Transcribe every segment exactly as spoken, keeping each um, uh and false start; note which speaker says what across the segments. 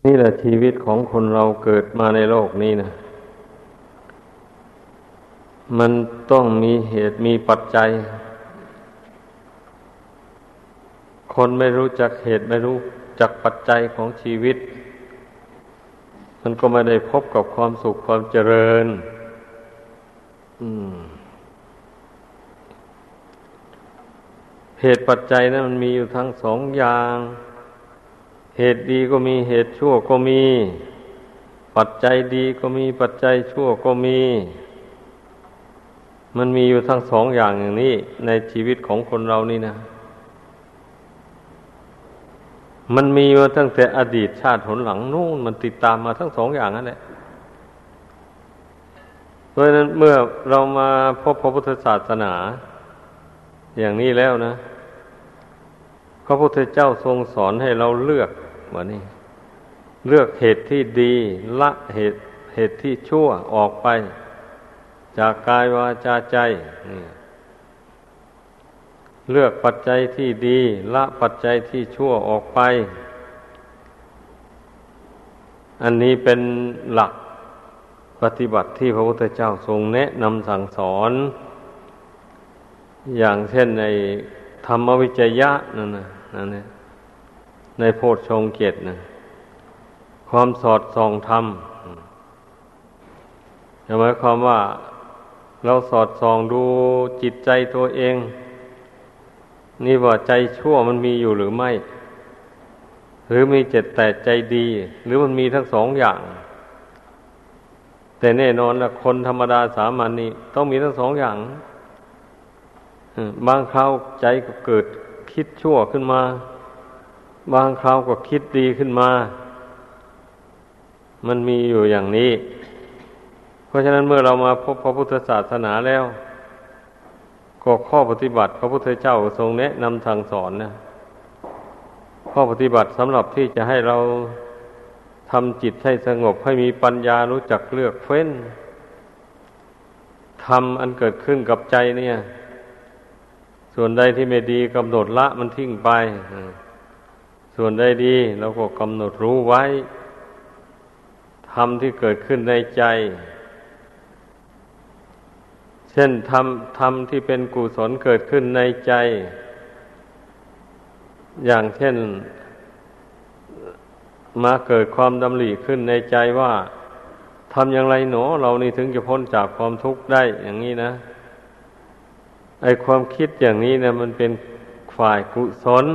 Speaker 1: นี่แหละชีวิตของคนเราเกิดมาในโลกนี้นะมันต้องมีเหตุมีปัจจัยคนไม่รู้จักเหตุไม่รู้จักปัจจัยของชีวิตมันก็ไม่ได้พบกับความสุขความเจริญอืมเหตุปัจจัยนั้นมันมีอยู่ทั้งสองอย่างเหตุดีก็มีเหตุชั่วก็มีปัจจัยดีก็มีปัจจัยชั่วก็มีมันมีอยู่ทั้งสองอย่างอย่างนี้ในชีวิตของคนเรานี่นะมันมีมาตั้งแต่อดีตชาติหนหลังนู่นมันติดตามมาทั้งสองอย่างนั่นแหละเพราะฉะนั้นเมื่อเรามาพบพระพุทธศาสนาอย่างนี้แล้วนะพระพุทธเจ้าทรงสอนให้เราเลือกว่านี่เลือกเหตุที่ดีละเหตุเหตุที่ชั่วออกไปจากกายวาจาใจนี่เลือกปัจจัยที่ดีละปัจจัยที่ชั่วออกไปอันนี้เป็นหลักปฏิบัติที่พระพุทธเจ้าทรงแนะนำสั่งสอนอย่างเช่นในธรรมวิจยะนั่นนะนั่นเนี่ยในโพชฌงค์เจ็ดนะความสอดส่องธรรมหมายความว่าเราสอดส่องดูจิตใจตัวเองนี่ว่าใจชั่วมันมีอยู่หรือไม่หรือมีเจตแต่ใจดีหรือมันมีทั้งสองอย่างแต่แน่นอนนะคนธรรมดาสามัญนี่ต้องมีทั้งสองอย่างบางคราวใจก็เกิดคิดชั่วขึ้นมาบางคราวก็คิดดีขึ้นมามันมีอยู่อย่างนี้เพราะฉะนั้นเมื่อเรามาพบพระพุทธศาสนาแล้วก็ข้อปฏิบัติพระพุทธเจ้าทรงแนะนำสั่งสอนนะข้อปฏิบัติสำหรับที่จะให้เราทำจิตให้สงบให้มีปัญญารู้จักเลือกเฟ้นธรรมอันเกิดขึ้นกับใจเนี่ยส่วนใดที่ไม่ดีกำหนดละมันทิ้งไปส่วนใดดีเราก็กำหนดรู้ไว้ธรรมที่เกิดขึ้นในใจเช่นธรรมธรรมที่เป็นกุศลเกิดขึ้นในใจอย่างเช่นมาเกิดความดำริขึ้นในใจว่าทำอย่างไรหนอเรานี่ถึงจะพ้นจากความทุกข์ได้อย่างนี้นะไอความคิดอย่างนี้เนี่ยมันเป็นฝ่ายกุศล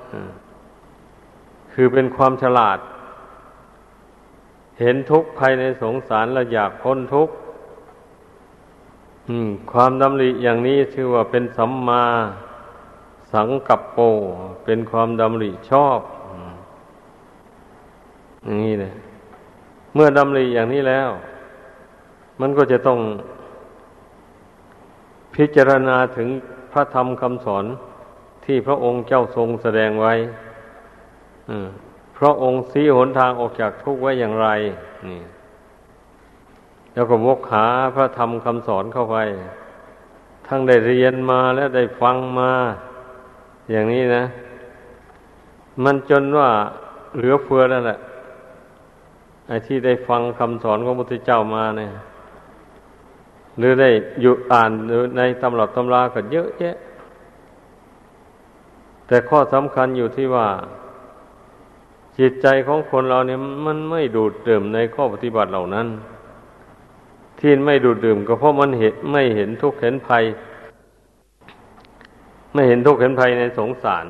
Speaker 1: คือเป็นความฉลาดเห็นทุกข์ภายในสงสารและอยากพ้นทุกข์ความดำริอย่างนี้ชื่อว่าเป็นสัมมาสังกัปโปเป็นความดำริชอบอย่างนี้เลยเมื่อดำริอย่างนี้แล้วมันก็จะต้องพิจารณาถึงพระธรรมคำสอนที่พระองค์เจ้าทรงแสดงไว้พระองค์ชี้หนทางออกจากทุกข์ไว้อย่างไรนี่แล้วก็วกหาพระธรรมคำสอนเข้าไปทั้งได้เรียนมาและได้ฟังมาอย่างนี้นะมันจนว่าเหลือเฟือแล้วแหละไอ้ที่ได้ฟังคำสอนของพระพุทธเจ้ามาเนี่ยหรือได้อยู่อ่านหรือในตำรับตำราก็เยอะแยะแต่ข้อสำคัญอยู่ที่ว่าจิตใจของคนเราเนี่ยมันไม่ดูดดื่มในข้อปฏิบัติเหล่านั้นที่ไม่ดูดดื่มก็เพราะมันเห็นไม่เห็นทุกข์เห็นภัยไม่เห็นทุกข์เห็นภัยในสงสาร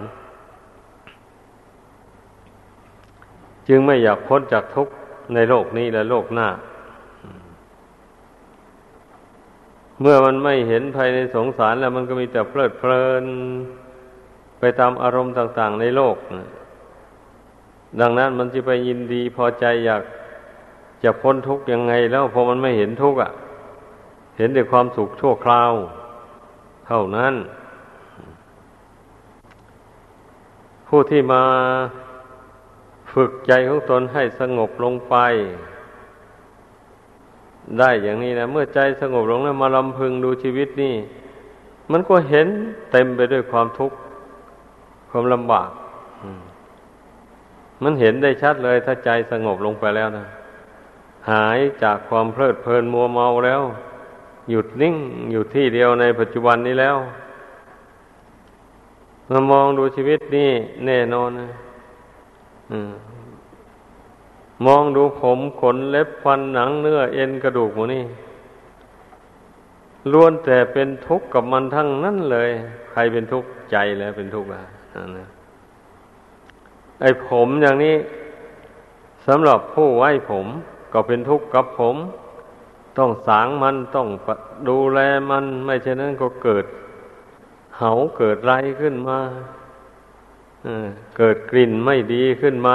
Speaker 1: จึงไม่อยากพ้นจากทุกข์ในโลกนี้และโลกหน้าเมื่อมันไม่เห็นภัยในสงสารแล้วมันก็มีแต่เพลิดเพลินไปตามอารมณ์ต่างๆในโลกดังนั้นมันจะไปยินดีพอใจอยากจะพ้นทุกข์ยังไงแล้วพอมันไม่เห็นทุกข์อ่ะเห็นแต่ความสุขชั่วคราวเท่านั้นผู้ที่มาฝึกใจของตนให้สงบลงไปได้อย่างนี้นะเมื่อใจสงบลงแล้วมาลำพึงดูชีวิตนี่มันก็เห็นเต็มไปด้วยความทุกข์ความลำบากมันเห็นได้ชัดเลยถ้าใจสงบลงไปแล้วนะหายจากความเพลิดเพลินมัวเมาแล้วหยุดนิ่งอยู่ที่เดียวในปัจจุบันนี้แล้วมามองดูชีวิตนี่แน่นอนนะมองดูผมขนเล็บฟันหนังเนื้อเอ็นกระดูกหมูนี่ล้วนแต่เป็นทุกข์กับมันทั้งนั้นเลยใครเป็นทุกข์ใจแล้วเป็นทุกข์อ่ะนะไอ้ผมอย่างนี้สำหรับผู้ไว้ผมก็เป็นทุกข์กับผมต้องสางมันต้องดูแลมันไม่เช่นนั้นก็เกิดเหาเกิดไรขึ้นมาเกิดกลิ่นไม่ดีขึ้นมา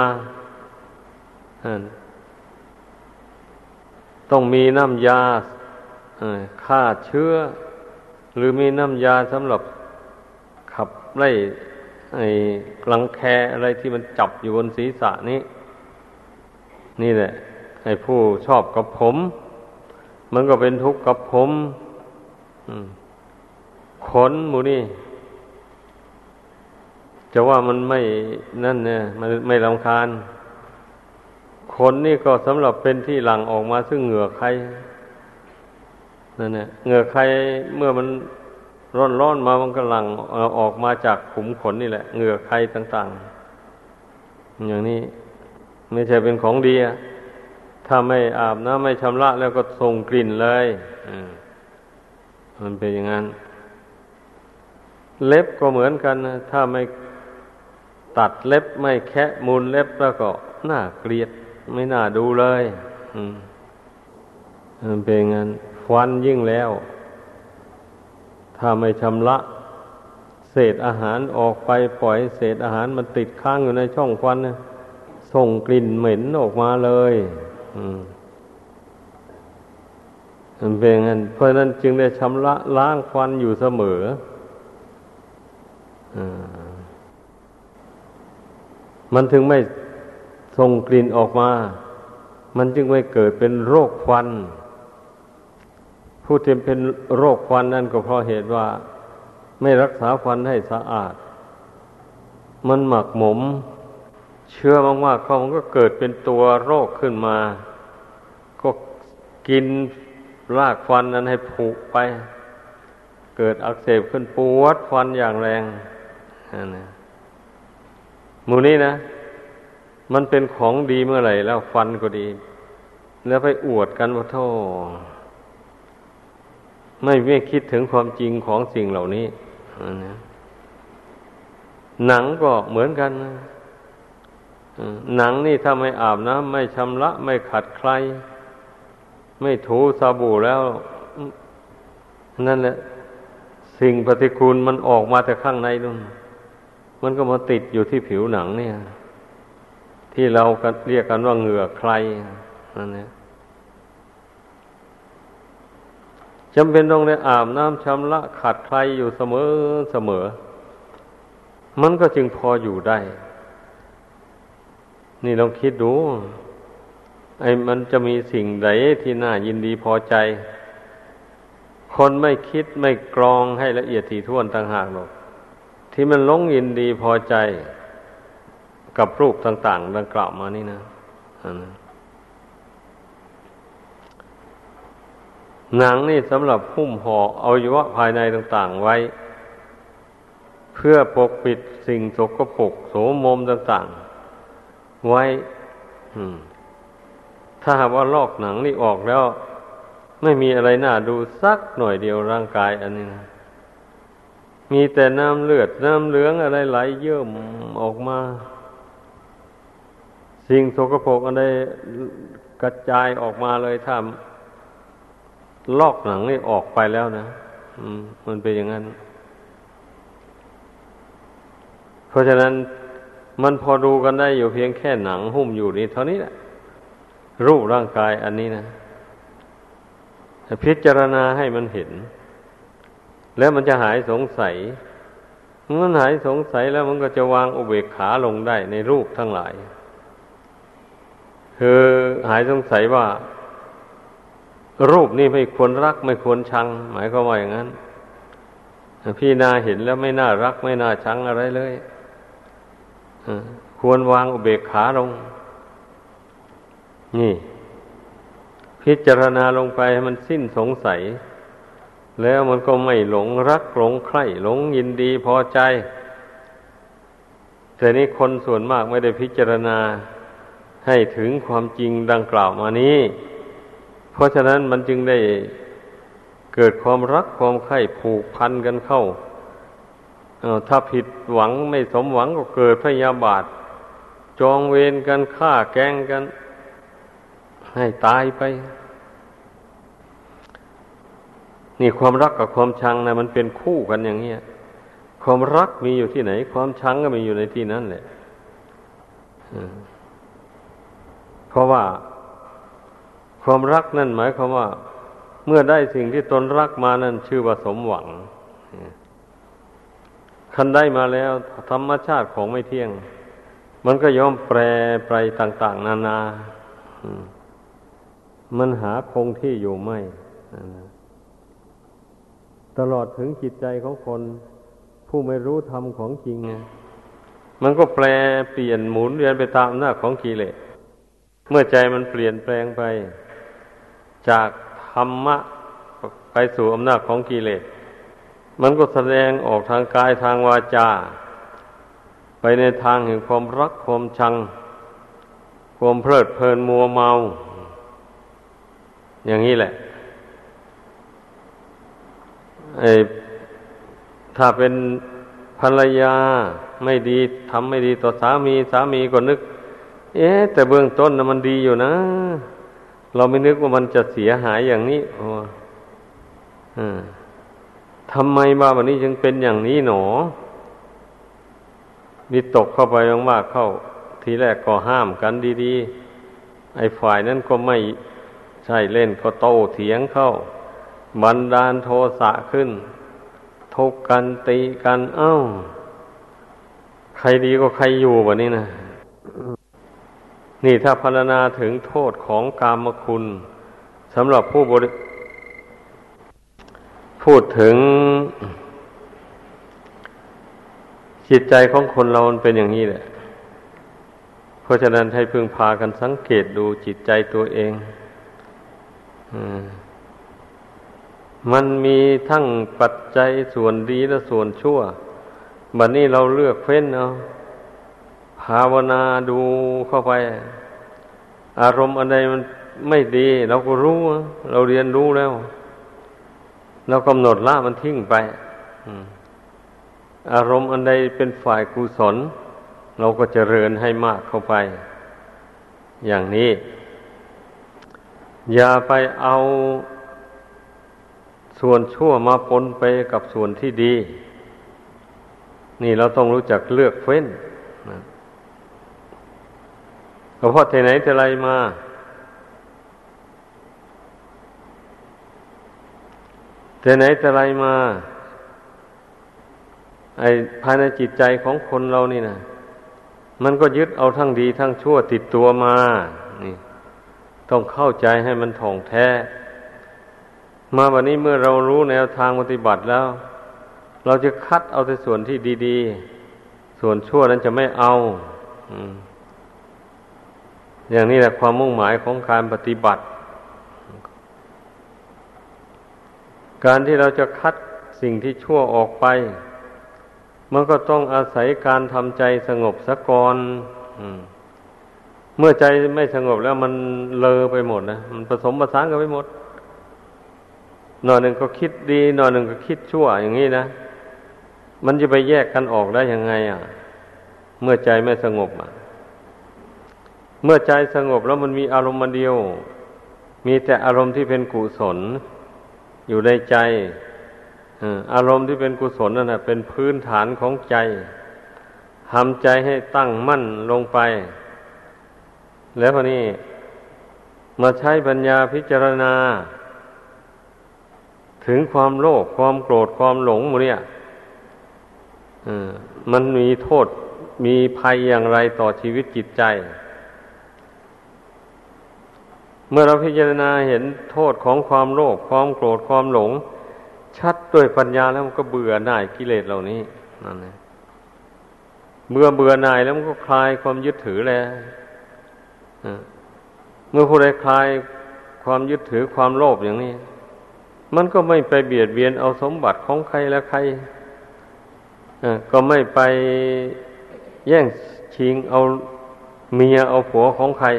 Speaker 1: ต้องมีน้ำยาฆ่าเชื้อหรือมีน้ำยาสำหรับขับไล่ไอ้รังแคอะไรที่มันจับอยู่บนศีรษะนี้นี่แหละไอ้ผู้ชอบกับผมมันก็เป็นทุกข์กับผมขนหมูนี่จะว่ามันไม่นั่นเนี่ยมันไม่รำคาญขนนี่ก็สำหรับเป็นที่หลั่งออกมาซึ่งเหงื่อใครนั่นแหละเหงื่อใครเมื่อมันร้อนๆมามันก็หลั่งออกมาจากขุมขนนี่แหละเหงื่อใครต่างๆอย่างนี้ไม่ใช่เป็นของดีอ่ะถ้าไม่อาบน้ำไม่ชำระแล้วก็ส่งกลิ่นเลยมันเป็นอย่างนั้นเล็บก็เหมือนกันนะถ้าไม่ตัดเล็บไม่แคะมูลเล็บแล้วก็น่าเกลียดไม่น่าดูเลยมันเป็นอย่างนั้นฟันยิ่งแล้วถ้าไม่ชำระเศษอาหารออกไปปล่อยเศษอาหารมันติดค้างอยู่ในช่องฟันนะส่งกลิ่นเหม็นออกมาเลยมันเป็นอย่างนั้นเพราะนั้นจึงได้ชำระล้างฟันอยู่เสมอมันถึงไม่ส่งกลิ่นออกมามันจึงไม่เกิดเป็นโรคฟันผู้ที่เป็นโรคฟันนั่นก็เพราะเหตุว่าไม่รักษาฟันให้สะอาดมันหมักหมมเชื้อมากๆเข้ามันก็เกิดเป็นตัวโรคขึ้นมาก็กินรากฟันนั้นให้ผุไปเกิดอักเสบขึ้นปวดฟันอย่างแรงนะหมู่นี้นะมันเป็นของดีเมื่อไหร่แล้วฟันก็ดีแล้วไปอวดกันว่าโธ่ไม่ไม่คิดถึงความจริงของสิ่งเหล่านี้นะหนังก็เหมือนกันนะหนังนี่ถ้าไม่อาบน้ำไม่ชำระไม่ขัดใครไม่ถูสบู่แล้วนั่นแหละสิ่งปฏิกูลมันออกมาแต่ข้างในนู่นมันก็มาติดอยู่ที่ผิวหนังเนี่ยที่เราเรียกกันว่าเหงื่อใครนั่นแหละจำเป็นต้องได้อาบน้ำชำระขัดใครอยู่เสมอเสมอมันก็จึงพออยู่ได้นี่ลองคิดดูไอ้มันจะมีสิ่งใดที่น่ายินดีพอใจคนไม่คิดไม่กรองให้ละเอียดถี่ถ้วนต่างหากหรอกที่มันหลงยินดีพอใจกับรูปต่างๆดังกล่าวมานี่นะหนังนี่สำหรับหุ้มห่ออวัยวะภายในต่างๆไว้เพื่อปกปิดสิ่งสกปรกโสมมต่างๆไว้ถ้าหากว่าลอกหนังนี่ออกแล้วไม่มีอะไรน่าดูสักหน่อยเดียวร่างกายอันนี้นะมีแต่น้ำเลือดน้ำเหลืองอะไรไหลเยิ้มออกมาสิ่งสกปรกอะไรกระจายออกมาเลยถ้าลอกหนังนี่ออกไปแล้วนะมันเป็นอย่างนั้นเพราะฉะนั้นมันพอดูกันได้อยู่เพียงแค่หนังหุ้มอยู่นี่เท่านี้แหละรูปร่างกายอันนี้นะพิจารณาให้มันเห็นแล้วมันจะหายสงสัยมันหายสงสัยแล้วมันก็จะวางอุเบกขาลงได้ในรูปทั้งหลายคือหายสงสัยว่ารูปนี่ไม่ควรรักไม่ควรชังหมายความว่าอย่างนั้นพี่นาเห็นแล้วไม่น่ารักไม่น่าชังอะไรเลยคควรวางอุเบกขาลงนี่พิจารณาลงไปให้มันสิ้นสงสัยแล้วมันก็ไม่หลงรักหลงใคร่หลงยินดีพอใจแต่นี้คนส่วนมากไม่ได้พิจารณาให้ถึงความจริงดังกล่าวมานี้เพราะฉะนั้นมันจึงได้เกิดความรักความใคร่ผูกพันกันเข้าถ้าผิดหวังไม่สมหวังก็เกิดพยาบาทจองเวรกันฆ่าแกล้งกันให้ตายไปนี่ความรักกับความชังนะมันเป็นคู่กันอย่างนี้ความรักมีอยู่ที่ไหนความชังก็มีอยู่ในที่นั้นแหละเพราะว่าความรักนั่นหมายความว่าเมื่อได้สิ่งที่ตนรักมานั่นชื่อว่าสมหวังคันได้มาแล้วธรรมชาติของไม่เที่ยงมันก็ย่อมแปรไปต่างๆนานามันหาคงที่อยู่ไม่ตลอดถึงจิตใจของคนผู้ไม่รู้ธรรมของจริงมันก็แปรเปลี่ยนหมุนเวียนไปตามอำนาจของกิเลสเมื่อใจมันเปลี่ยนแปลงไปจากธรรมะไปสู่อำนาจของกิเลสมันก็แสดงออกทางกายทางวาจาไปในทางแห่งความรักความชังความเพลิดเพลินมัวเมาอย่างนี้แหละไอ้ถ้าเป็นภรรยาไม่ดีทำไม่ดีต่อสามีสามีก็นึกเอ๊ะแต่เบื้องต้นนะมันดีอยู่นะเราไม่นึกว่ามันจะเสียหายอย่างนี้โอ้อ่าทำไมบ้าวันนี้จึงเป็นอย่างนี้หนอวิตกเข้าไปมากๆเข้าทีแรกก็ห้ามกันดีๆไอ้ฝ่ายนั้นก็ไม่ใช่เล่นก็โต้เถียงเข้าบันดาลโทสะขึ้นทุกกันตีกันเอ้าใครดีก็ใครอยู่แบบนี้นะนี่ถ้าพรรณนาถึงโทษของกามคุณสำหรับผู้บริพูดถึงจิตใจของคนเรามันเป็นอย่างนี้แหละเพราะฉะนั้นให้พึงพากันสังเกตดูจิตใจตัวเองมันมีทั้งปัจจัยส่วนดีและส่วนชั่วบัดนี้เราเลือกเฟ้นเอาภาวนาดูเข้าไปอารมณ์อันใดมันไม่ดีเราก็รู้เราเรียนรู้แล้วเรากำหนดละมันทิ้งไปอารมณ์อันใดเป็นฝ่ายกุศลเราก็เจริญให้มากเข้าไปอย่างนี้อย่าไปเอาส่วนชั่วมาปนไปกับส่วนที่ดีนี่เราต้องรู้จักเลือกเฟ้นนะเพราะแต่ไหนแต่ไรมาแต่ไหนแต่ไรมาไอ้ภายในจิตใจของคนเรานี่นะมันก็ยึดเอาทั้งดีทั้งชั่วติดตัวมานี่ต้องเข้าใจให้มันถ่องแท้มาวันนี้เมื่อเรารู้แนวทางปฏิบัติแล้วเราจะคัดเอาแต่ส่วนที่ดีๆส่วนชั่วนั้นจะไม่เอาอย่างนี้แหละความมุ่งหมายของการปฏิบัติการที่เราจะคัดสิ่งที่ชั่วออกไปมันก็ต้องอาศัยการทำใจสงบซะก่อนเมื่อใจไม่สงบแล้วมันเลอไปหมดนะมันผสมผสานกันไปหมดหน่อยหนึ่งก็คิดดีหน่อยหนึ่งก็คิดชั่วอย่างนี้นะมันจะไปแยกกันออกได้ยังไงอ่ะเมื่อใจไม่สงบอ่ะเมื่อใจสงบแล้วมันมีอารมณ์เดียวมีแต่อารมณ์ที่เป็นกุศลอยู่ในใจอารมณ์ที่เป็นกุศลนั่นแหละเป็นพื้นฐานของใจทำใจให้ตั้งมั่นลงไปแล้วพอนี้มาใช้ปัญญาพิจารณาถึงความโลภความโกรธความหลงหมดเนี่ยมันมีโทษมีภัยอย่างไรต่อชีวิตจิตใจเมื่อเราพิจารณาเห็นโทษของความโลภความโกรธความหลงชัดด้วยปัญญาแล้วมันก็เบื่อหน่ายกิเลสเหล่านี้นั่นเองเบื่อเบื่อหน่ายแล้วมันก็คลายความยึดถือแล้วเมื่อผู้ใดคลายความยึดถือความโลภอย่างนี้มันก็ไม่ไปเบียดเบียนเอาสมบัติของใครและใครก็ไม่ไปแย่งชิงเอาเมียเอาผัวของใคร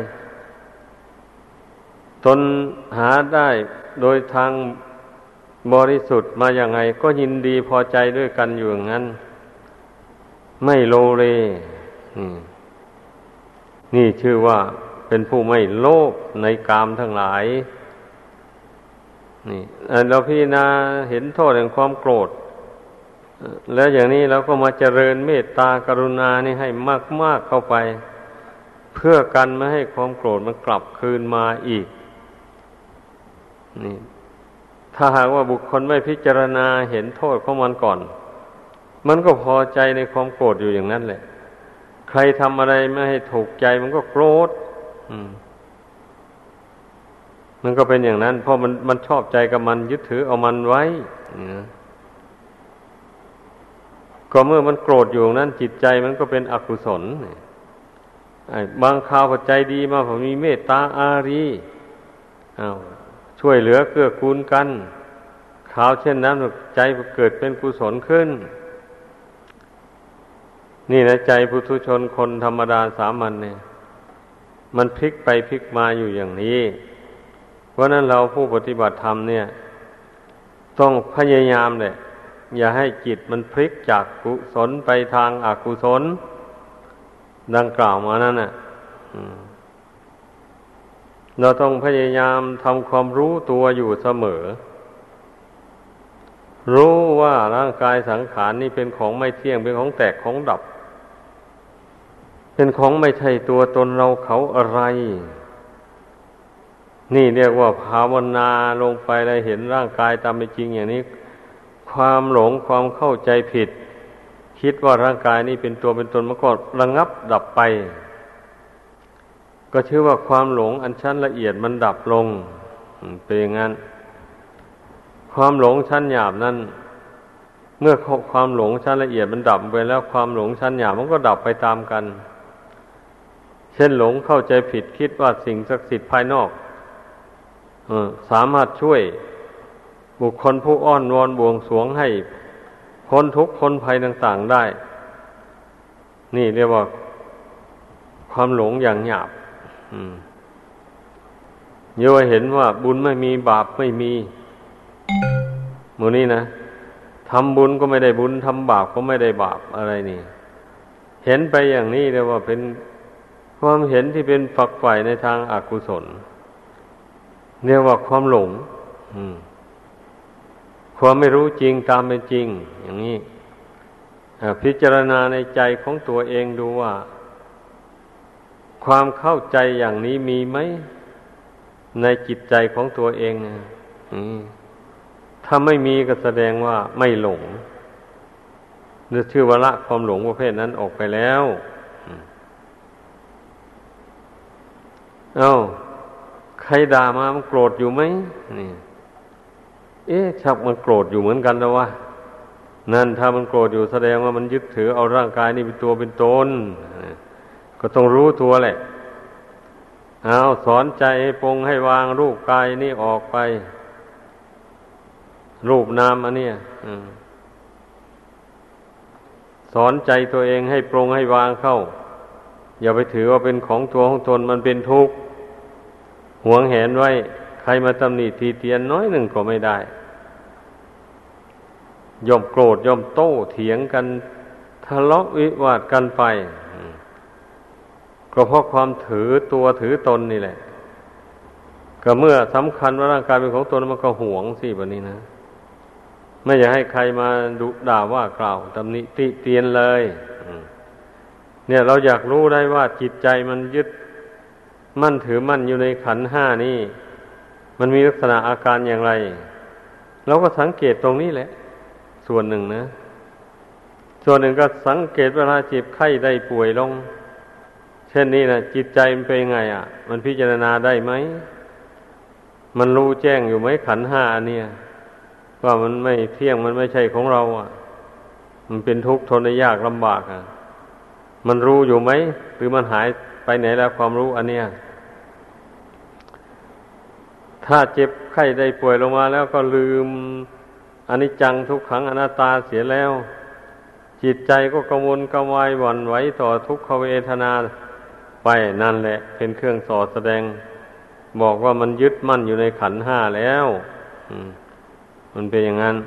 Speaker 1: ตนหาได้โดยทางบริสุทธิ์มาอย่างไงก็ยินดีพอใจด้วยกันอยู่อย่างนั้นไม่โลเลนี่ชื่อว่าเป็นผู้ไม่โลภในกามทั้งหลายนี่เราพิจารณาเห็นโทษแห่งความโกรธแล้วอย่างนี้เราก็มาเจริญเมตตากรุณานี่ให้มากๆเข้าไปเพื่อกันไม่ให้ความโกรธมันกลับคืนมาอีกนี่ถ้าหากว่าบุคคลไม่พิจารณาเห็นโทษของมันก่อนมันก็พอใจในความโกรธอยู่อย่างนั้นแหละใครทำอะไรไม่ให้ถูกใจมันก็โกรธอืมมันก็เป็นอย่างนั้นเพราะมันมันชอบใจกับมันยึดถือเอามันไว้นะก็เมื่อมันโกรธอยู่นั้นจิตใจมันก็เป็นอกุศลบางคราวก็ใจดีมาผมมีเมตตาอารีอ้าวช่วยเหลือเกื้อกูลกันคราวเช่นนั้นใจเกิดเป็นกุศลขึ้นนี่นะใจปุถุชนคนธรรมดาสามัญเนี่ยมันพลิกไปพลิกมาอยู่อย่างนี้เพราะนั้นเราผู้ปฏิบัติธรรมเนี่ยต้องพยายามเลยอย่าให้จิตมันพลิกจากกุศลไปทางอกุศลดังกล่าวมานั่นน่ะเราต้องพยายามทำความรู้ตัวอยู่เสมอรู้ว่าร่างกายสังขารนี่เป็นของไม่เที่ยงเป็นของแตกของดับเป็นของไม่ใช่ตัวตนเราเขาอะไรนี่เรียกว่าภาวนาลงไปได้เห็นร่างกายตามเป็นจริงอย่างนี้ความหลงความเข้าใจผิดคิดว่าร่างกายนี้เป็นตัวเป็นตนมันก็ระงับดับไปก็ชื่อว่าความหลงอันชั้นละเอียดมันดับลงเป็นอย่างนั้นความหลงชั้นหยาบนั้นเมื่อความหลงชั้นละเอียดมันดับไปแล้วความหลงชั้นหยาบมันก็ดับไปตามกันเช่นหลงเข้าใจผิดคิดว่าสิ่งศักดิ์สิทธิ์ภายนอกเออสามารถช่วยบุคคลผู้อ้อนวอนบวงสรวงให้พ้นทุกข์พ้นภัยต่างๆได้นี่เรียกว่าความหลงอย่างหยาบโยเห็นว่าบุญไม่มีบาปไม่มีหมู่นี้นะทำบุญก็ไม่ได้บุญทำบาปก็ไม่ได้บาปอะไรนี่เห็นไปอย่างนี้เรียกว่าเป็นความเห็นที่เป็นฝักใฝ่ในทางอกุศลเรียกว่าความหลงความไม่รู้จริงตามเป็นจริงอย่างนี้พิจารณาในใจของตัวเองดูว่าความเข้าใจอย่างนี้มีไหมในจิตใจของตัวเองถ้าไม่มีก็แสดงว่าไม่หลงหรือชื่อว่าละความหลงประเภทนั้นออกไปแล้วเอ้าใครด่ามามันโกรธอยู่ไหมนี่เอ๊ะชักมันโกรธอยู่เหมือนกันแล้ววะนั่นถ้ามันโกรธอยู่แสดงว่ามันยึดถือเอาร่างกายนี่เป็นตัวเป็นตนก็ต้องรู้ตัวแหละเอาสอนใจให้ปรงให้วางรูปกายนี่ออกไปรูปนามอันเนี้ยสอนใจตัวเองให้ปรงให้วางเข้าอย่าไปถือว่าเป็นของตัวของตนมันเป็นทุกข์หวงแหนไว้ใครมาตำหนิทีเตียนน้อยหนึ่งก็ไม่ได้ย่อมโกรธย่อมโต้เถียงกันทะเลาะวิวาทกันไปก็เพราะความถือตัวถือตนนี่แหละก็เมื่อสำคัญว่าร่างกายเป็นของตนมันก็หวงสิแบบนี้นะไม่อยากให้ใครมาดุด่าว่ากล่าวตำหนิติเตียนเลยเนี่ยเราอยากรู้ได้ว่าจิตใจมันยึดมั่นถือมั่นอยู่ในขันธ์ห้านี่มันมีลักษณะอาการอย่างไรเราก็สังเกตตรงนี้แหละส่วนหนึ่งนะส่วนหนึ่งก็สังเกตเวลาเจ็บไข้ได้ป่วยลงเช่นนี้นะจิตใจมันเป็นไงอ่ะมันพิจารณาได้ไหมมันรู้แจ้งอยู่ไหมขันธ์ห้าอันเนี้ยว่ามันไม่เที่ยงมันไม่ใช่ของเราอ่ะมันเป็นทุกข์ทนได้ยากลำบากอ่ะมันรู้อยู่ไหมหรือมันหายไปไหนแล้วความรู้อันเนี้ยถ้าเจ็บไข้ได้ป่วยลงมาแล้วก็ลืมอนิจจังทุกขังอนัตตาเสียแล้วจิตใจก็กังวลกังวายหวั่นไหวต่อทุกขเวทนาไปนั่นแหละเป็นเครื่องสอดแสดงบอกว่ามันยึดมั่นอยู่ในขันธ์ห้าแล้วมันเป็นอย่างนั้น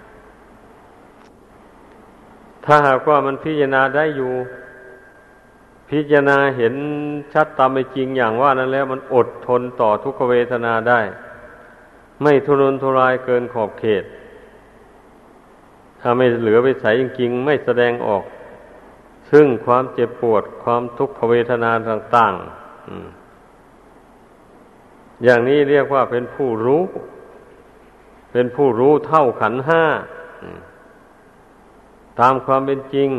Speaker 1: ถ้าหากว่ามันพิจารณาได้อยู่พิจารณาเห็นชัดตามเป็นจริงอย่างว่านั้นแล้วมันอดทนต่อทุกขเวทนาได้ไม่ทุรนทุรายเกินขอบเขตถ้าไม่เหลือวิสัยจริงๆไม่แสดงออกซึ่งความเจ็บปวดความทุกขเวทนาต่างๆอย่างนี้เรียกว่าเป็นผู้รู้เป็นผู้รู้เท่าขันธ์ห้าตามความเป็นจริง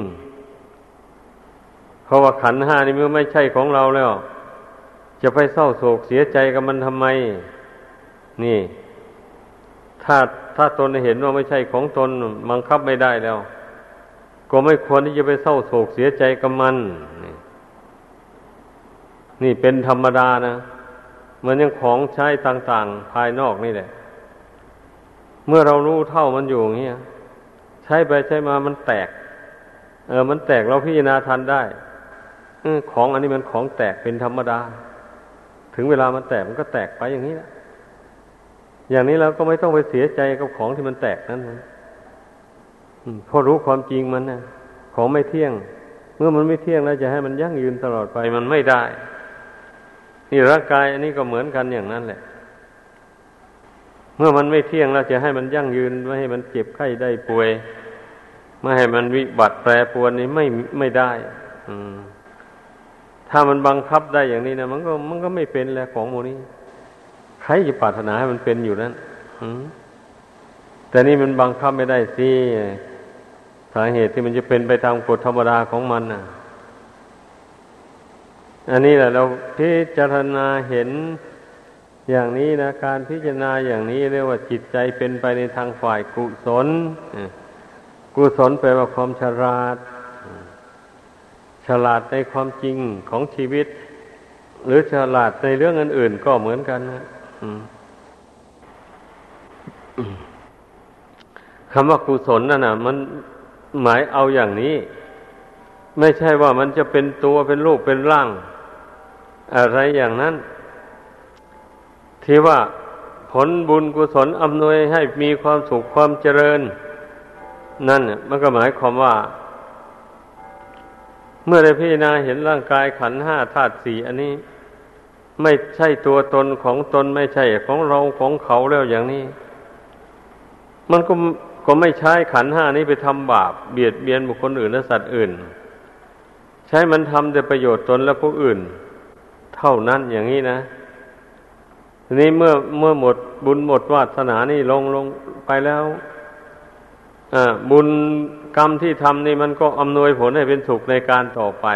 Speaker 1: เพราะว่าขันธ์ห้านี่มันไม่ใช่ของเราแล้วจะไปเศร้าโศกเสียใจกับมันทำไมนี่ถ้าถ้าตนเห็นว่าไม่ใช่ของตนบังคับไม่ได้แล้วก็ไม่ควรที่จะไปเศร้าโศกเสียใจกับมันนี่นี่เป็นธรรมดานะมันยังของใช้ต่างๆภายนอกนี่แหละเมื่อเรารู้เท่ามันอยู่อย่างนี้ใช้ไปใช้มามันแตกเออมันแตกเราพิจารณาทันได้เออของอันนี้มันของแตกเป็นธรรมดาถึงเวลามันแตกมันก็แตกไปอย่างนี้แหละอย่างนี้เราก็ไม่ต้องไปเสียใจกับของที่มันแตกนั้นนะเพราะรู้ความจริงมันนะของไม่เที่ยงเมื่อมันไม่เที่ยงแล้วจะให้มันยั่งยืนตลอดไปมันไม่ได้นี่ร่างกายอันนี้ก็เหมือนกันอย่างนั้นแหละเมื่อมันไม่เที่ยงแล้วจะให้มันยั่งยืนไม่ให้มันเจ็บไข้ได้ป่วยไม่ให้มันวิบัติแปรปรวนนี่ไม่ไม่ได้อืมถ้ามันบังคับได้อย่างนี้นะมันก็มันก็ไม่เป็นแล้วของหมู่นี้ใครจะปรารถนาให้มันเป็นอยู่นั้นแต่นี่มันบังคับไม่ได้สิสาเหตุที่มันจะเป็นไปตามกฎธรรมดาของมันน่ะอันนี้แหละเราพิจารณาเห็นอย่างนี้นะการพิจารณาอย่างนี้เรียกว่าจิตใจเป็นไปในทางฝ่ายกุศลกุศลแปลว่าความฉลาดฉลาดในความจริงของชีวิตหรือฉลาดในเรื่องอื่นๆก็เหมือนกันนะคำว่ากุศลนั่นน่ะมันหมายเอาอย่างนี้ไม่ใช่ว่ามันจะเป็นตัวเป็นรูปเป็นร่างอะไรอย่างนั้นที่ว่าผลบุญกุศลอำนวยให้มีความสุขความเจริญนั่นเนี่ยมันก็หมายความว่าเมื่อได้พิจารณาเห็นร่างกายขันธ์ห้าธาตุสี่อันนี้ไม่ใช่ตัวตนของตนไม่ใช่ของเราของเขาแล้วอย่างนี้มันก็ก็ไม่ใช้ขันธ์ห้านี้ไปทำบาปเบียดเบียนบุคคลอื่นและสัตว์อื่นใช้มันทำแต่ประโยชน์ตนและผู้อื่นเท่านั้นอย่างนี้นะทีนี้เมื่อเมื่อหมดบุญหมดวาสนานี่ลงลงไปแล้วอ่าบุญกรรมที่ทำนี่มันก็อำนวยผลให้เป็นสุขในการต่อไป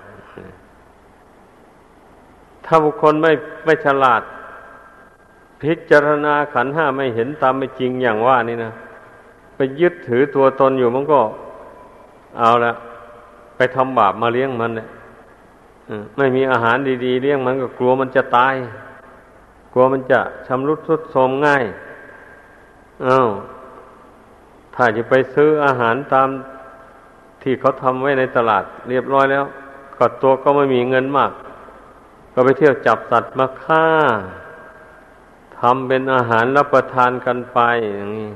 Speaker 1: ถ้าบุคคลไม่ไม่ฉลาดพิจารณาขันธ์ห้าไม่เห็นตามเป็นจริงอย่างว่านี่นะไปยึดถือตัวตนอยู่มันก็เอาละไปทำบาปมาเลี้ยงมันเนี่ยไม่มีอาหารดีๆเลี้ยงมันก็กลัวมันจะตายกลัวมันจะชำรุดทรุดโทรมง่ายอ้าวถ้าจะไปซื้ออาหารตามที่เขาทำไว้ในตลาดเรียบร้อยแล้วก็ตัวก็ไม่มีเงินมากก็ไปเที่ยวจับสัตว์มาฆ่าทำเป็นอาหารรับประทานกันไปอย่างนี้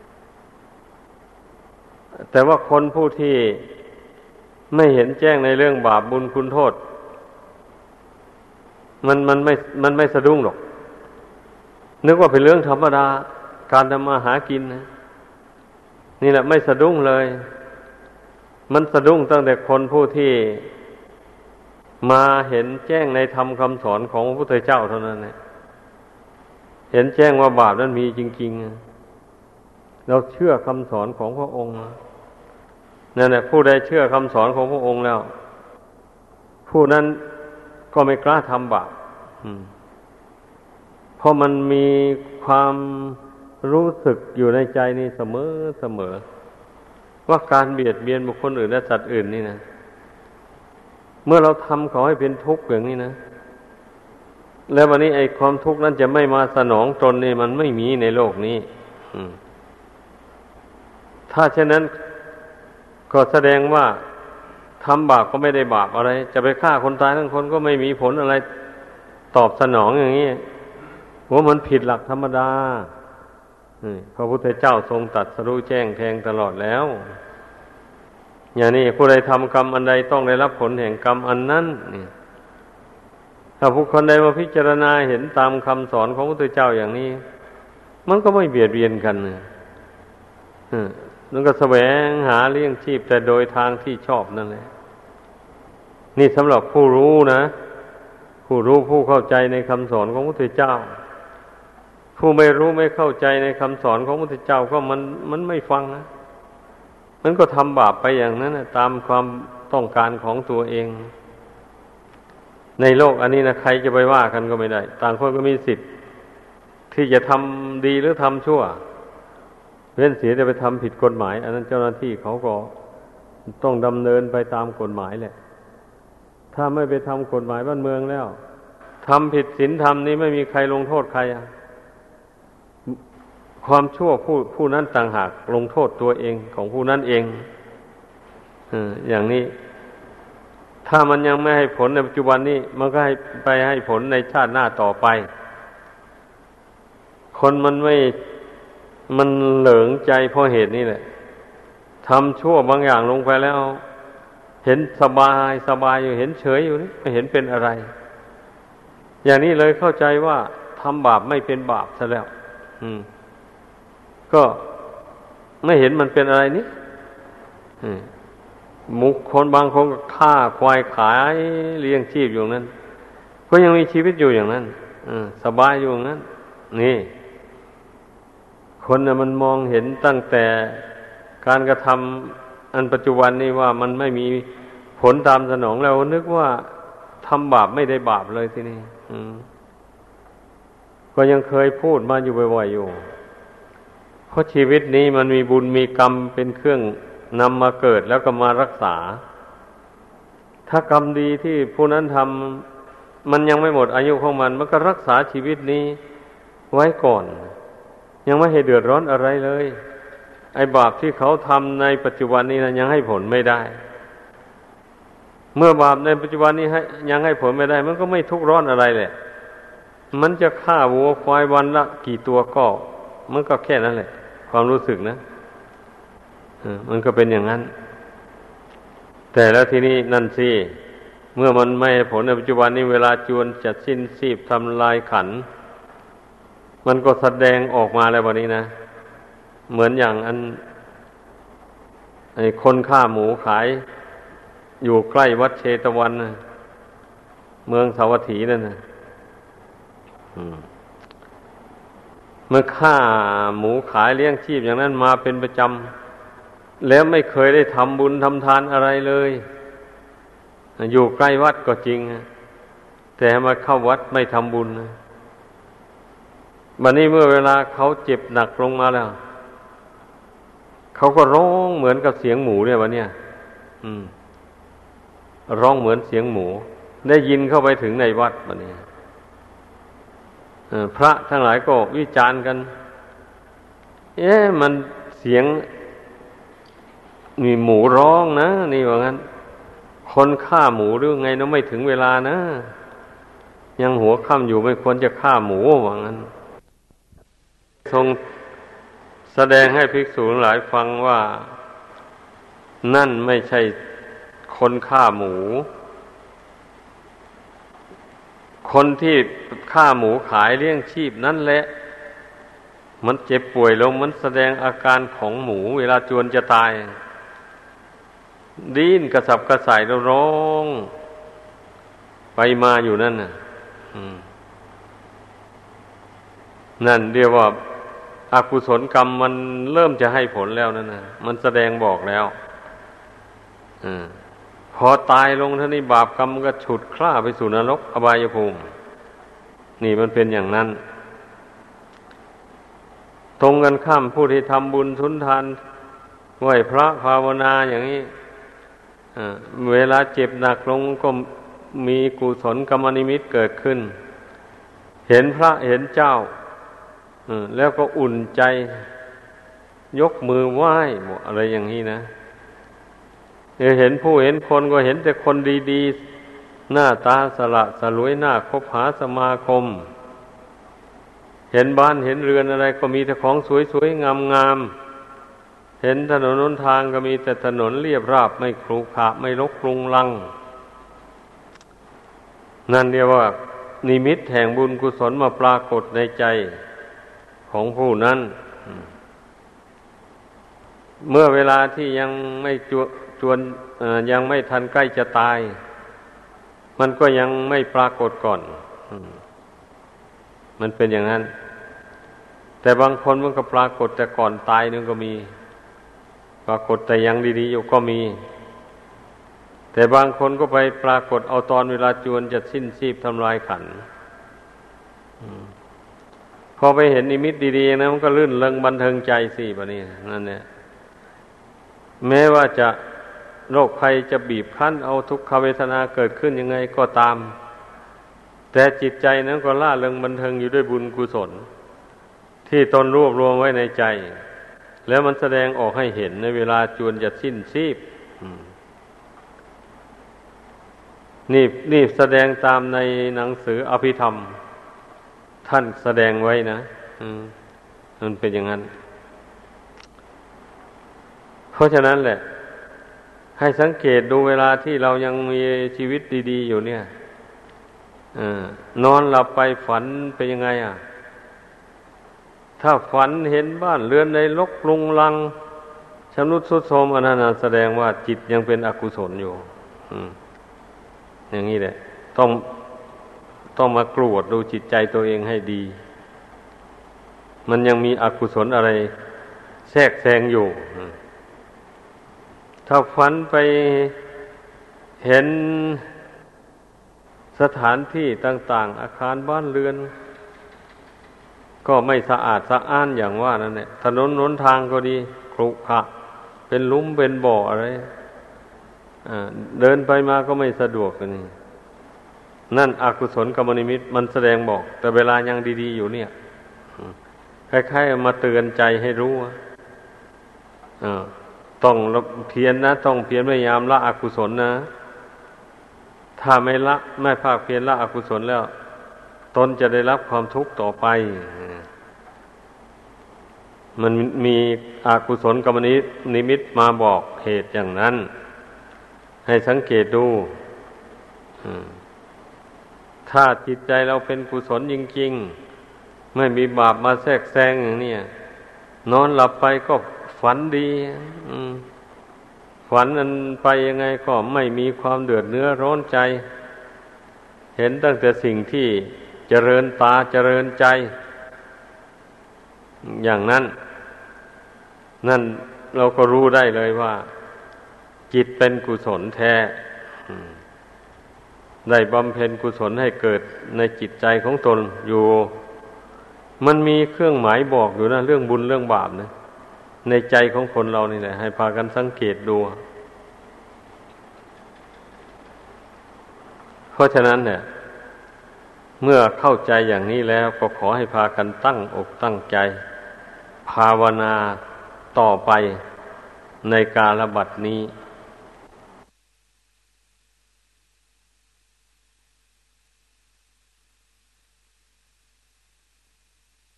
Speaker 1: แต่ว่าคนผู้ที่ไม่เห็นแจ้งในเรื่องบาปบุญคุณโทษมันมันไม่มันไม่สะดุ้งหรอกนึกว่าเป็นเรื่องธรรมดาการทำมาหากินนะนี่แหละไม่สะดุ้งเลยมันสะดุ้งตั้งแต่คนผู้ที่มาเห็นแจ้งในธรรมคำสอนของพระพุทธเจ้าเท่านั้นแหละเห็นแจ้งว่าบาปนั้นมีจริงๆเราเชื่อคำสอนของพระองค์นั่นแหละผู้ใดเชื่อคำสอนของพระองค์แล้วผู้นั้นก็ไม่กล้าทำบาปเพราะมันมีความรู้สึกอยู่ในใจนี่เสมอเสมอว่าการเบียดเบียนบุคคลอื่นและสัตว์อื่นนี่นะเมื่อเราทำเขาให้เป็นทุกข์อย่างนี้นะแล้ววันนี้ไอ้ความทุกข์นั้นจะไม่มาสนองตนนี่มันไม่มีในโลกนี้ถ้าเช่นนั้นก็แสดงว่าทำบาปก็ไม่ได้บาปอะไรจะไปฆ่าคนตายทั้งคนก็ไม่มีผลอะไรตอบสนองอย่างนี้ว่ามันผิดหลักธรรมดาพระพุทธเจ้าทรงตรัสรู้แจ้งแทงตลอดแล้วอย่างนี้ผู้ใดทำกรรมอันใดต้องได้รับผลแห่งกรรมอันนั้นนี่ถ้าผู้คนใดมาพิจารณาเห็นตามคำสอนของพระพุทธเจ้าอย่างนี้มันก็ไม่เบียดเบียนกันนะมันก็แสวงหาเลี้ยงชีพแต่โดยทางที่ชอบนั่นแหละนี่สำหรับผู้รู้นะผู้รู้ผู้เข้าใจในคำสอนของพระพุทธเจ้าผู้ไม่รู้ไม่เข้าใจในคำสอนของพระพุทธเจ้าก็มันมันไม่ฟังนะมันก็ทำบาปไปอย่างนั้นนะตามความต้องการของตัวเองในโลกอันนี้นะใครจะไปว่ากันก็ไม่ได้ต่างคนก็มีสิทธิ์ที่จะทำดีหรือทำชั่วเว้นเสียจะไปทำผิดกฎหมายอันนั้นเจ้าหน้าที่เขาก็ต้องดำเนินไปตามกฎหมายแหละถ้าไม่ไปทำกฎหมายบ้านเมืองแล้วทำผิดศีลธรรมนี้ไม่มีใครลงโทษใครอ่ะความชั่วผู้ผู้นั้นต่างหากลงโทษตัวเองของผู้นั้นเองอย่างนี้ถ้ามันยังไม่ให้ผลในปัจจุบันนี้มันก็ให้ไปให้ผลในชาติหน้าต่อไปคนมันไม่มันเหลิงใจเพราะเหตุนี้แหละทำชั่วบางอย่างลงไปแล้วเห็นสบายสบายอยู่เห็นเฉยอยู่นี่ไม่เห็นเป็นอะไรอย่างนี้เลยเข้าใจว่าทำบาปไม่เป็นบาปซะแล้วอืมก็ไม่เห็นมันเป็นอะไรนี่มุขคนบางคนก็ฆ่าควายขายเลี้ยงชีพอยู่นั้นก็ยังมีชีวิตอยู่อย่างนั้นสบายอยู่อย่างนั้นนี่คนน่ะมันมองเห็นตั้งแต่การกระทำอันปัจจุบันนี้ว่ามันไม่มีผลตามสนองแล้วนึกว่าทำบาปไม่ได้บาปเลยทีนี้ก็ยังเคยพูดมาอยู่บ่อยๆอยู่เพราะชีวิตนี้มันมีบุญมีกรรมเป็นเครื่องนำมาเกิดแล้วก็มารักษาถ้ากรรมดีที่ผู้นั้นทำมันยังไม่หมดอายุของมันมันก็รักษาชีวิตนี้ไว้ก่อนยังไม่ให้เดือดร้อนอะไรเลยไอ้บาปที่เขาทำในปัจจุบันนี้นะยังให้ผลไม่ได้เมื่อบาปในปัจจุบันนี้ให้ยังให้ผลไม่ได้มันก็ไม่ทุกข์ร้อนอะไรแหละมันจะฆ่าวัวควายวันละกี่ตัวก็มันก็แค่นั้นแหละความรู้สึกนะมันก็เป็นอย่างนั้นแต่แล้วทีนี้นั่นสิเมื่อมันไม่ให้ผลในปัจจุบันนี้เวลาจวนจะสิ้นชีพทำลายขันมันก็แสดงออกมาแล้ววันนี้นะเหมือนอย่างอันไอ้คนฆ่าหมูขายอยู่ใกล้วัดเชตวันนะเมืองสาวัตถีนั่นนะเมื่อฆ่าหมูขายเลี้ยงชีพอย่างนั้นมาเป็นประจำแล้วไม่เคยได้ทำบุญทำทานอะไรเลยอยู่ใกล้วัดก็จริงแต่มาเข้าวัดไม่ทำบุญนะบัดนี้เมื่อเวลาเขาเจ็บหนักลงมาแล้วเขาก็ร้องเหมือนกับเสียงหมูเนี่ยวันเนี้ยอืมร้องเหมือนเสียงหมูได้ยินเข้าไปถึงในวัดบัดนี้พระทั้งหลายก็วิจารณ์กันเอ๊ะมันเสียงมีหมูร้องนะนี่ว่างั้นคนฆ่าหมูหรือไงเนาะไม่ถึงเวลานะยังหัวค่ำอยู่ไม่ควรจะฆ่าหมูว่างั้นทรงแสดงให้ภิกษุทั้งหลายฟังว่านั่นไม่ใช่คนฆ่าหมูคนที่ฆ่าหมูขายเลี้ยงชีพนั่นแหละมันเจ็บป่วยลงมันแสดงอาการของหมูเวลาจวนจะตายดิ้นกระสับกระส่ายแล้วร้องไปมาอยู่นั่นน่ะนั่นเรียกว่าอกุศลกรรมมันเริ่มจะให้ผลแล้วนั่นน่ะมันแสดงบอกแล้วอพอตายลงเท่านี้บาปกรรมก็ฉุดคล้าไปสู่นรกอบายภูมินี่มันเป็นอย่างนั้นตรงกันข้ามผู้ที่ทำบุญสุนทานไหว้พระภาวนาอย่างนี้เวลาเจ็บหนักลงก็มีกุศลกรรมนิมิตเกิดขึ้นเห็นพระเห็นเจ้าแล้วก็อุ่นใจยกมือไหว้อะไรอย่างนี้นะเห็นผู้เห็นคนก็เห็นแต่คนดีๆหน้าตาสละสลวยหน้าคบหาสมาคมเห็นบ้านเห็นเรือนอะไรก็มีแต่ของสวยๆงามๆเห็นถนนหนทางก็มีแต่ถนนเรียบราบไม่ขรุขระไม่รกรุงรังนั่นเรียกว่านิมิตแห่งบุญกุศลมาปรากฏในใจของผู้นั้นเมื่อเวลาที่ยังไม่จวจวนยังไม่ทันใกล้จะตายมันก็ยังไม่ปรากฏก่อนมันเป็นอย่างนั้นแต่บางคนมันก็ปรากฏแต่ก่อนตายนึงก็มีปรากฏแต่ยังดีๆอยู่ก็มีแต่บางคนก็ไปปรากฏเอาตอนเวลาจวนจะสิ้นชีพทำลายขันธ์พอไปเห็นนิมิตดีๆนะมันก็ลื่นเริงบันเทิงใจสิบัดนี้นั่นเนี่ยแม้ว่าจะโรคภัยจะบีบคั้นเอาทุกขเวทนาเกิดขึ้นยังไงก็ตามแต่จิตใจนั้นก็ล่าเริงบันเทิงอยู่ด้วยบุญกุศลที่ตนรวบรวมไว้ในใจแล้วมันแสดงออกให้เห็นในเวลาจวนจะสิ้นชีพนี่นี่แสดงตามในหนังสืออภิธรรมท่านแสดงไว้นะมันเป็นอย่างนั้นเพราะฉะนั้นแหละให้สังเกตดูเวลาที่เรายังมีชีวิตดีๆอยู่เนี่ยนอนหลับไปฝันเป็นยังไงอ่ะถ้าฝันเห็นบ้านเรือนในรกรุงรังชำรุดทรุดโทรมอันนั้นแสดงว่าจิตยังเป็นอกุศลอยู่อย่างนี้แหละต้องต้องมากรวดดูจิตใจตัวเองให้ดีมันยังมีอกุศลอะไรแทรกแซงอยู่ถ้าฝันไปเห็นสถานที่ต่างๆอาคารบ้านเรือนก็ไม่สะอาดสะอ้านอย่างว่านั่นแหละถนนหนทางก็ดีขรุขระเป็นหลุมเป็นบ่ออะไรเดินไปมาก็ไม่สะดวกนี่นั่นอกุศลกรรมนิมิตมันแสดงบอกแต่เวลายังดีๆอยู่เนี่ยคล้ายๆมาเตือนใจให้รู้ว่าต้องเพียรนะต้องเพียรพยายามละอกุศลนะถ้าไม่ละไม่ภาคเพียรละอกุศลแล้วตนจะได้รับความทุกข์ต่อไปมันมีอกุศลกรรมนิมิตมาบอกเหตุอย่างนั้นให้สังเกตดูถ้าจิตใจเราเป็นกุศลจริงๆไม่มีบาปมาแทรกแซงอย่างนี้นอนหลับไปก็ฝันดีฝันนั้นไปยังไงก็ไม่มีความเดือดเนื้อร้อนใจเห็นตั้งแต่สิ่งที่เจริญตาเจริญใจอย่างนั้นนั่นเราก็รู้ได้เลยว่าจิตเป็นกุศลแท้ได้บำเพ็ญกุศลให้เกิดในจิตใจของตนอยู่มันมีเครื่องหมายบอกอยู่นะเรื่องบุญเรื่องบาปนะในใจของคนเรานี่แหละให้พากันสังเกตดูเพราะฉะนั้นเนี่ยเมื่อเข้าใจอย่างนี้แล้วก็ขอให้พากันตั้งอกตั้งใจภาวนาต่อไปในกาลบัดนี้